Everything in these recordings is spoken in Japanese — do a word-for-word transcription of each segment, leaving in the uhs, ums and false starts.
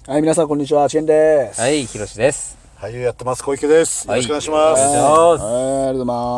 はい、皆さんこんにちは、チェンです。 はい、ひろしです。 俳優やってます小池です。よろしくお願いします。 はい、お願いします。 はい、ありがとうございます。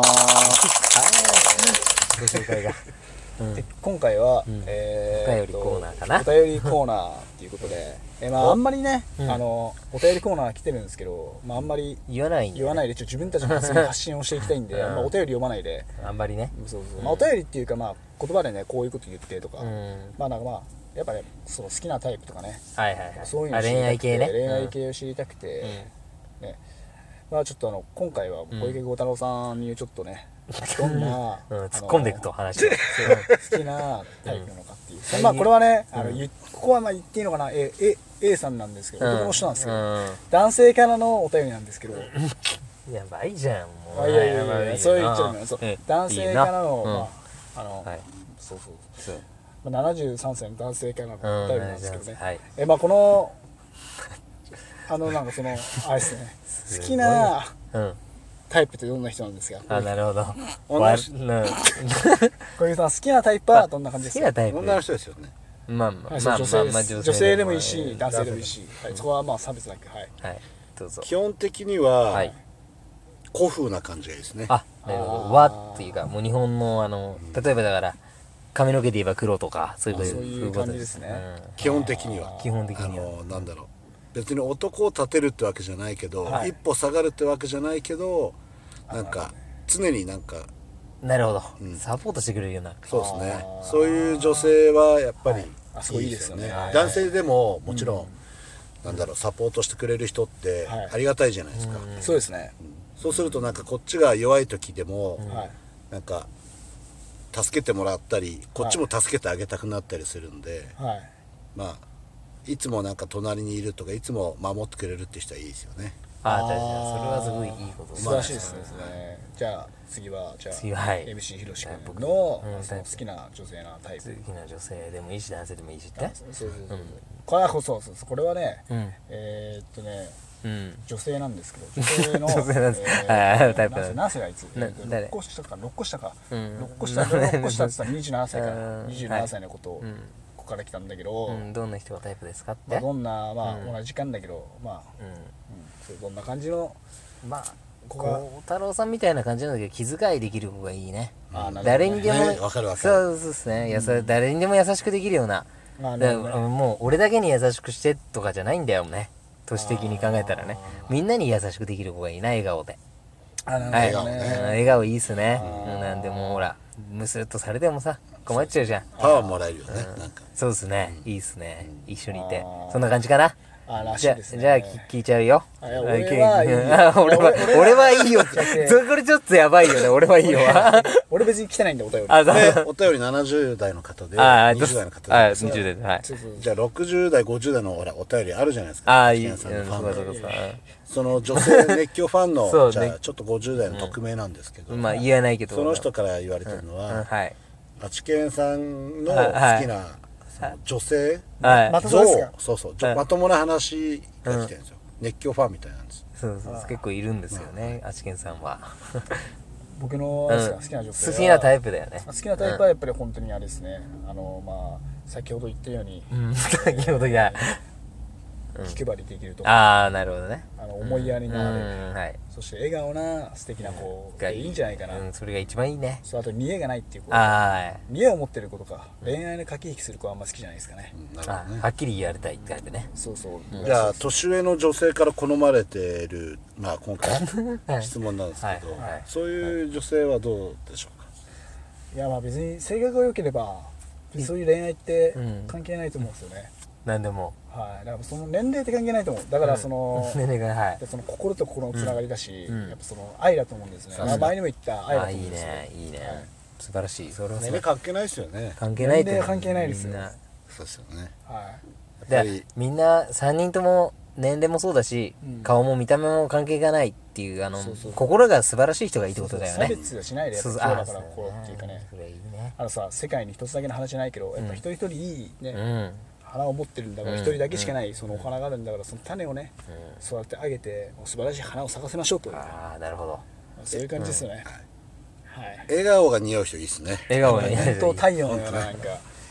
ご紹介が。 で今回は、 うんえーっとお便りコーナーかなお便りコーナーっていうことで、えーまああんまりね、 うんあのお便りコーナー来てるんですけど、まああんまり言わないんだよね言わないで、ちょっと自分たちの発信発信をしていきたいんで、 うんまあお便り読まないで、 あんまりね。 そうそう、まあお便りっていうかまあ言葉でねこういうこと言ってとか、 うんまあなんかまあやっぱねその好きなタイプとかね、 はいはいはい。 そういうのあ、恋愛系ね。 恋愛系を知りたくて、ね、まあちょっとあの今回は小池剛太郎さんにちょっとね、どんな、 うん、 あの突っ込んでいくと話を。 好きなタイプなのかっていう、まあこれはね、あの言ここはまあ言っていいのかな、A, A, A さんなんですけど、男の人なんですけど、 うん男性からのお便りなんですけど、 やばいじゃん、もう。 あいやいやいやばいや、そう言っちゃうのよ、そううん男性からの、 いいなまああの、 はいそうそうそう。 まあ、ななじゅうさんさいの男性からのお便りなんですけどね、 うんはいえまあこのあのなんかそのあれですね、 すごい好きなうん。 タイプってどんな人なんですか。 あ、なるほど。 女の人わうん小池さん好きなタイプはどんな感じですか。 好きなタイプ。 女の人ですよね。 まあまあはい、 まあ女性です、 まあまあ女性でもいいし、 えー男性でもいいし、はい、そこはまあ差別なく、はい。 はい、どうぞ。 基本的には、 はい。 古風な感じがいいですね。 あ、なるほど。 あー和っていうか、もう日本のあの、例えばだから、髪の毛で言えば黒とか、そういうことそういう感じですね基本的にはうん基本的あには。 のなんだろう、別に男を立てるってわけじゃないけど、 はい一歩下がるってわけじゃないけど、なんか常になんかなるほど、 んサポートしてくれるような。 そうですねあー。 そういう女性はやっぱりあそういいですよねはい男性でももちろん、なんだろう、サポートしてくれる人ってはいありがたいじゃないですか。 そうですね。 そうするとなんかこっちが弱い時でも、 はい。 なんか助けてもらったりこっちも助けてあげたくなったりするんで、 はい。 まあいつもなんか隣にいるとかいつも守ってくれるって人はいいですよね。 ああ、 あーじゃあじゃあそれはすごいいいことです素晴らしいですね。じゃあ次はじゃあ次ははいエムシー ひろし君僕のうんその好きな女性なタイプ。 好きな女性でもいいし、男性でもいいしって。 そうそうそう。これはそうそうそうこれはね、 うんえーっとね。 うん女性なんですけど、女性の女性なんですえーはいタイプ何歳何歳がいつな誰ろっこ下かろっこ下かうんろっこ下ろっこ下って言ったらにじゅうななさいからうんにじゅうななさいのことをうんここから来たんだけど、 うん、どんな人がタイプですかって。 まあどんなまあうん同じ間だけどまあううんそうどんな感じのん、まあここが孝太郎さんみたいな感じなんだけど、気遣いできる子がいいね。 あーなるほどね誰にでもねわかるわかるそうそうですね、やさ誰にでも優しくできるような。だかあーなるほどねらもう俺だけに優しくしてとかじゃないんだよね、都市的に考えたらね。みんなに優しくできる子がいいな、笑顔で。 あなはい、 るほどうんね。 笑顔いいっすね。 あーうんなんでもうほら、ムスッとされてもさ、困っちゃうじゃん。 パワーもらえるよね、なんかそうですね、いいっすね。一緒にいてあー。 そんな感じかな。 あらしじゃあ、 いですね。 じゃあ聞聞いちゃうよ。 あいや俺はいいよあ俺は、 俺俺はいいよ。 だってそれこれちょっとやばいよね、俺はいいよ。あ、 俺別に来てないんだお便り。 そうでお便りななじゅう代の方であ、 にじゅう代の方あ、 でにじゅう代で、はい。 そうそうじゃあろくじゅう代ごじゅう代のほらお便りあるじゃないですか。 ああ、いい。うん、 キケンそうかそうさんのファンでかそうか。 その女性熱狂ファンそうねのじゃあちょっとごじゅう代の匿名なんですけど、 まあ言えないけど。 その人から言われてるのうん、 は、 はい。 あちけんさんの好はいきなその女性はい。 また像そうですかそうそうちょはいまともな話が来てるんですよ。熱狂ファンみたいなんです。 そうそう、結構いるんですよね、あちけんさんは。 僕のうん好きな女性は好きなタイプだよね。 好きなタイプはやっぱり本当にあれですね。あのまあ先ほど言ったようにうん、先ほどが。 気配りできるとか、 ああ、なるほどね。 あの思いやりうのある、 ん、はい。 そして笑顔な素敵な子がいいんじゃないかな。 うん、それが一番いいね。 そうあと見栄がないっていう子。 あ見栄を持ってる子とか恋愛の駆け引きする子はあんま好きじゃないですかね。 うんなあ、 るほどね。 はっきり言われたいってタイプね。 そうそう。 じゃあ年上の女性から好まれてる、まあ今回はい質問なんですけど、 はいはいそういう女性はどうでしょうか。 いやまあ別に性格が良ければそういう恋愛ってうん関係ないと思うんですよね。 なんでも。 はい。だからその年齢って関係ないと思う。だからその。 ねねが、はい。 でその心と心のつながりだし、 うんやっぱその愛だと思うんですね。 そうまあ前にも言った愛だあ、いいと思うんですよ。 ね、いいねはい。 素晴らしい。それは年齢関係ないですよね。 関係ないと思う年齢関係ないですよみんな。 そうですよね。 はやっぱでり、 みんなさんにんとも年齢もそうだし、 うん顔も見た目も関係がないっていう、あのそうそう心が素晴らしい人がいいってい。 ことだよね。 差別はしないでやっぱそう今日だからあこうっていうかね。 それいいね。 あのさ世界に一つだけの話じゃないけど、やっぱ一人一人いいね、 うん。 花を持ってるんだからうん一人だけしかないそのお花があるんだからその種をね、育ててあげてもう素晴らしい花を咲かせましょうというああ、なるほど。 そういう感じですよね。はい。 笑顔が似合う人いいですね。 笑顔がいい本当太陽のようななんか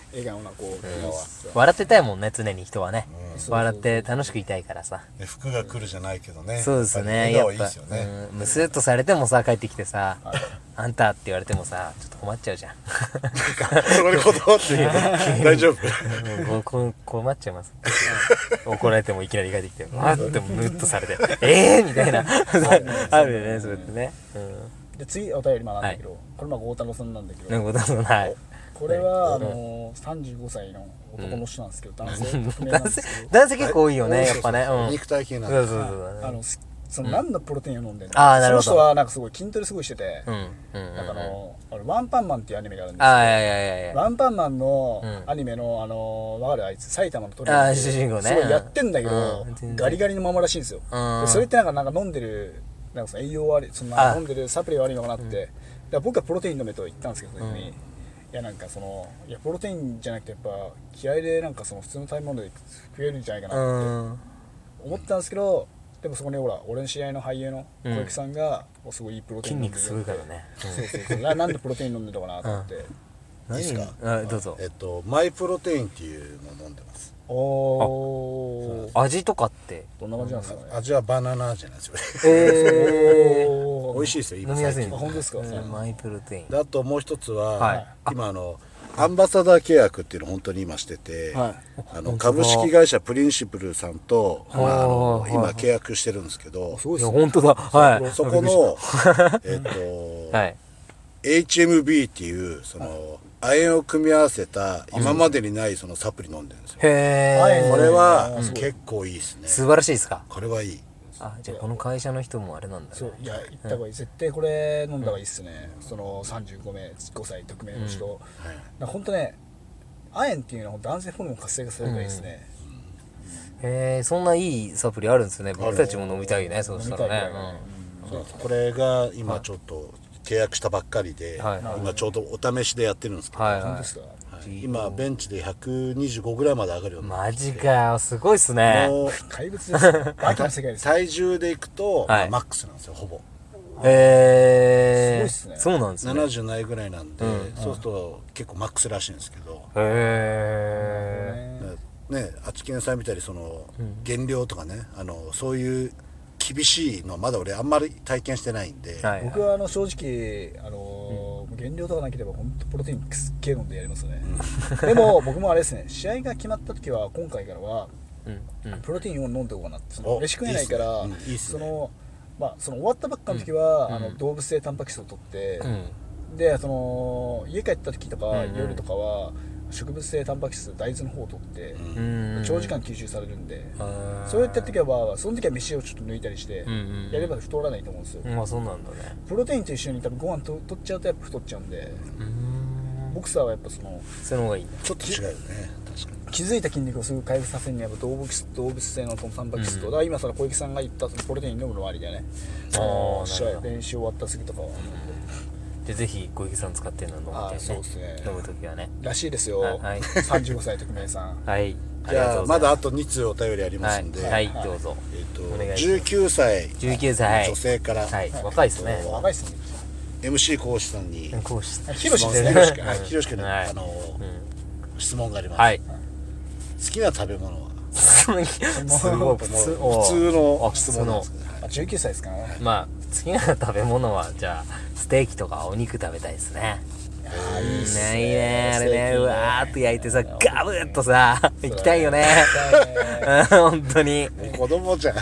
笑顔なこう、 うん笑ってたいもんね常に人はね、 うん笑って楽しくいたいからさ。 ね服が来るじゃないけどね。 そうですねやっぱりやっぱ笑顔いいですよね。 うん、ムスッとされてもさ帰ってきてさ「あんた」って言われてもさちょっと困っちゃうじゃんそれほどっていう大丈夫。 うんここ困っちゃいます怒られてもいきなり帰ってきて「あっ」ってムッとされて「ええー!」みたいなあるよねそうやってね。うんで次お便りまあなんだけど、これまあ豪太郎さんなんだけど、 なんかそうないこれはあのさんじゅうごさいの男の人なんですけど、男性匿名なん男性ですけど、 男性結構多いよねはいやっぱね。うん肉体系なんで。 そうそうそうあのすその何のプロテインを飲んでるの、 あーなるほどその人はなんかすごい筋トレすごいしてて、 うんうんうんなんかあのあのワンパンマンっていうアニメがあるんですああいけやいやいやいど、 やワンパンマンのうんアニメのあのわかるあいつ埼玉のトリあー主人公ねすごいやってんだけど、 うん全然ガリガリのままらしいんですよ。 うんでそれってなんかなんか飲んでるなんかその栄養悪いそんなあ飲んでるサプリ悪いのかなって、だから僕はプロテイン飲めと言ったんですけど、その時にうんいやなんかそのいやプロテインじゃなくてやっぱ気合でなんかその普通の食べ物で食えるんじゃないかうなってん思ったんですけど、でもそこにほら俺の知り合いの俳優の小池さんが、もうすごいいいプロテイン飲んでる筋肉すごいからね。 そうそうそうななんでプロテイン飲んでるのかなと思って、 いいですか。 あどうぞ。 えっとマイプロテインっていうのを飲んでます。 おー味とかってどんな感じなんですかね。 味はバナナ味なんですよ。 えおー美味しいですよ。 ー、 今飲みやすいんだあ本当ですかうんマイプロテイン。 であともう一つは、 はい今あのアンバサダー契約っていうのを本当に今してて、 はいあの本当だ株式会社プリンシプルさんと、まあ、あのはい今契約してるんですけど、 すごいですね。 いや本当だ。はい。 そこのえっと、 はい。 エイチエムビー っていうその亜鉛を組み合わせた今までにないそのサプリ飲んでるんですよ。 へえ。 これはあーすごい結構いいですね。 素晴らしいですか。 これはいい。 あじゃあこの会社の人もあれなんだね。 そういや行った方がいい、絶対これ飲んだ方がいいっすね、そのさんじゅうごめいごさい匿名の人、 はいなんか本当ね亜鉛っていうのは男性ホルモン活性化されるからいいですね、 へえそんないいサプリあるんですね。僕たちも飲みたいね。そうしたらね。 そうなんです。これが今ちょっと契約したばっかりで、 はい今ちょうどお試しでやってるんですけど、 はいは本当ですか、 はい今ベンチでひゃくにじゅうごぐらいまで上がるようい。 になっマジかよすごいっすね。 もう怪物ですねバキの世界です体重でいくと、 はいマックスなんですよほぼへえ。 すごいっすねそうなんですね。 ななじゅうないぐらいなんで、 うんそうすると結構マックスらしいんですけど、 へえ。 ねあちきねさんみたいにその、減量とかねあのそういう厳しいのはまだ俺あんまり体験してないんで、 はい。 僕はあの正直あのー減量とかなければ本当プロテインすっげえ飲んでやりますね、でも僕もあれですね試合が決まった時は今回からはうんうん。 プロテインを飲んでおこうかなってそのお飯食えないからいいっすねうんいいっすねそのまあその終わったばっかの時は、 うんあの動物性タンパク質を取って、 うん。 でその家帰った時とか、 うんうん夜とかは植物性タンパク質大豆の方を取って、 うん。 長時間吸収されるんで、 あーそうやってやっていけばその時は飯をちょっと抜いたりして、 うんうんやれば太らないと思うんですよ、 まあそうなんだね。 プロテインと一緒に多分ご飯と取っちゃうとやっぱ太っちゃうんで、 うん。 ボクサーはやっぱそのその方がいいんだ。 ちょっと違うよね確かに。 気づいた筋肉をすぐ回復させるにはやっぱ動物動物性のそのタンパク質と、 うんだから今その小池さんが言ったそのプロテイン飲むのもありだよね、 あーの試なるほど合練習終わった時とかは、 でぜひ小池さん使ってるの飲みたいあーね。 そうですね飲むときはね。 らしいですよ、 はいはいさんじゅうごさい匿名さんはい。 じゃあまだあととに通お便りありますんで、 はい、はい、どうぞ。 えっお願いしますとじゅうきゅうさいじゅうきゅうさい。 女性から、 はい、若いですね。 若いっすねエムシー 講師さんにこうしヒロシですねひろし君はいひろし君に、 はいあのうん質問があります、 はい。 好きな食べ物はすごい、すごい、普通もう普通のあ質問なんですけど、 あじゅうきゅうさいですからねまあ、好きな食べ物は、じゃあ、ステーキとかお肉食べたいですね。 あーいいっすね、いいね、あれね、うわーっと焼いてさ、 ガガブッとさ、行きたいよね。うん本当に。 もう子供じゃん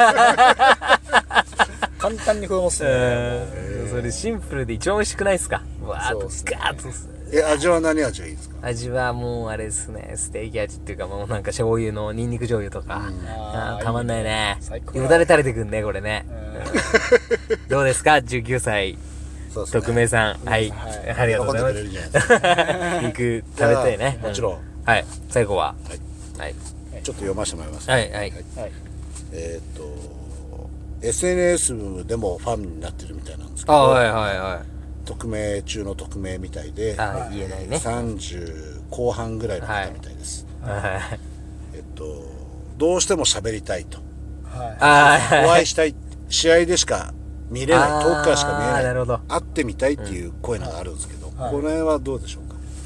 簡単に食えますねうんそれシンプルで一番美味しくないですか。うわーっとそうっすねガーッと。 え味は何味がいいですか？ 味はもうあれですね、ステーキ味っていうかもうなんか醤油のニンニク醤油とか、 あーあーたまんないねいいね最高だよだれ垂れてくんねこれね、どうですかじゅうきゅうさいそうですね匿名さん、はい、 はいありがとうございます喜んでくれるじゃないですか肉食べたいねじゃあもちろんうはい最後ははいちょっと読ませてもらいます、 はいはいはいえーっと エスエヌエス でもファンになってるみたいなんですけど、 あはいはいはい匿名中の匿名みたいであ言えないねさんじゅうこう半ぐらいの方みたいです、 はいえっとどうしても喋りたいとはいあお会いしたい試合でしか見れないあー遠くからしか見えないなるほど会ってみたいっていう声があるんですけど、 はいこの辺はどうでしょうか？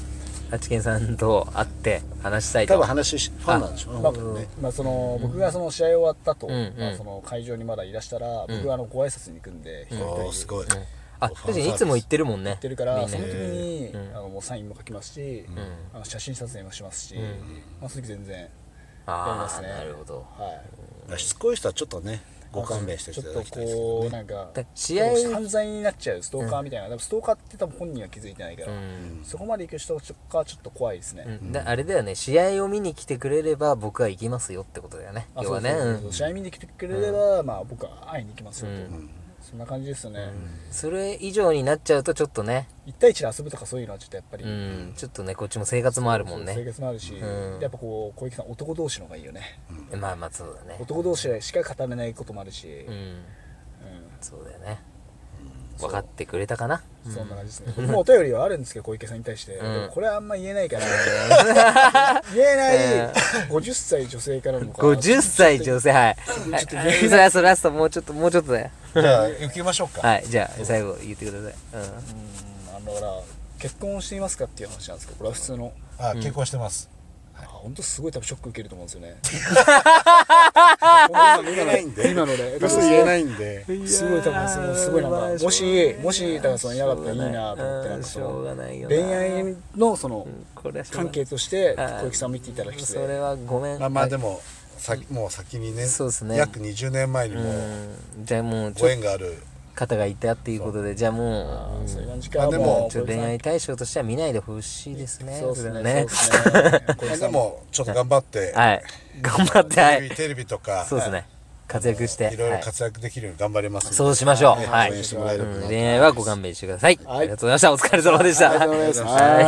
あちけんさんと会って話したいと。 多分話しファンなんでしょうねまあ本当にねまあ、その僕がその試合終わったと、 うんうんまあ、その会場にまだいらしたら、僕はあのご挨拶に行くんで、一人一人おーすごいあ、確かにいつも言ってるもんね。 行ってるから、 みんなその時に、 うんあのもうサインも書きますし、あの写真撮影もしますし、まあ、その時全然やりまああ、 すね。 なるほど。 はい、 しつこい人はちょっとねご勘弁していちょっとただきたいですけこどねうなんかだ試合犯罪になっちゃうストーカーみたいな、多分ストーカーって多分本人は気づいてないから、 うんそこまで行く人かちょっと怖いですね。 うんだあれだよね、試合を見に来てくれれば僕は行きますよってことだよね。 あ要はね。 そうそうそううん試合見に来てくれれば、まあ、僕は会いに行きますよと、 うんそんな感じですよね、 それ以上になっちゃうとちょっとね、 一対一で遊ぶとかそういうのはちょっとやっぱり、 うん、ちょっとね、こっちも生活もあるもんそう生ね。 活もあるし、 うんやっぱこう小池さん男同士の方がいいよね、 まあまあそうだね。 男同士でしか語れないこともあるし、 うん、 うんそうだよね。分かってくれたかな。 そんな感じですね。僕もお便りはあるんですけど、小池さんに対して。 んでもこれはあんま言えないから、言えないごじゅっさい女性からのごじゅっさい女性、はい。はいとはいそれはそれラストもうちょっと、もうちょっとだよ。 じゃあ行きましょうかはい、じゃあ最後言ってください。うん。 うんあのだから、結婚していますかっていう話なんですけど、これは普通の。 あ結婚してますあ本当すごい多分ショック受けると思うんですよね。 言えないんで今ので。 嘘言えないんですごい多分そのすごいなんか、もし、もし、だからそのいなかったらいいなと思って、なんかしょうそのがないよな。 恋愛のそのこれはしょうがない関係としてはい小池さんを見ていただきて、 それはごめん。 まあまあでも。 もさもう先にねそうですね約にじゅうねんまえにもうん。じゃあもうちごょっ縁があると方がいたっていうことで、じゃあもう、 そういう感じか。 まあでももうちょっと恋愛対象としては見ないでほしいですね。 そうですね。 れはね。 そうですね小まあで池さんもちょっと頑張ってはい。頑張って、はいテレビ。テレビとかそうですね。活躍して。 いろいろはい活躍できるように頑張りますんでそうしましょう。はい。 応援してもらえればなとうん恋愛はご勘弁してください。 はいありがとうございました。お疲れ様でした。 ありがとうございますはい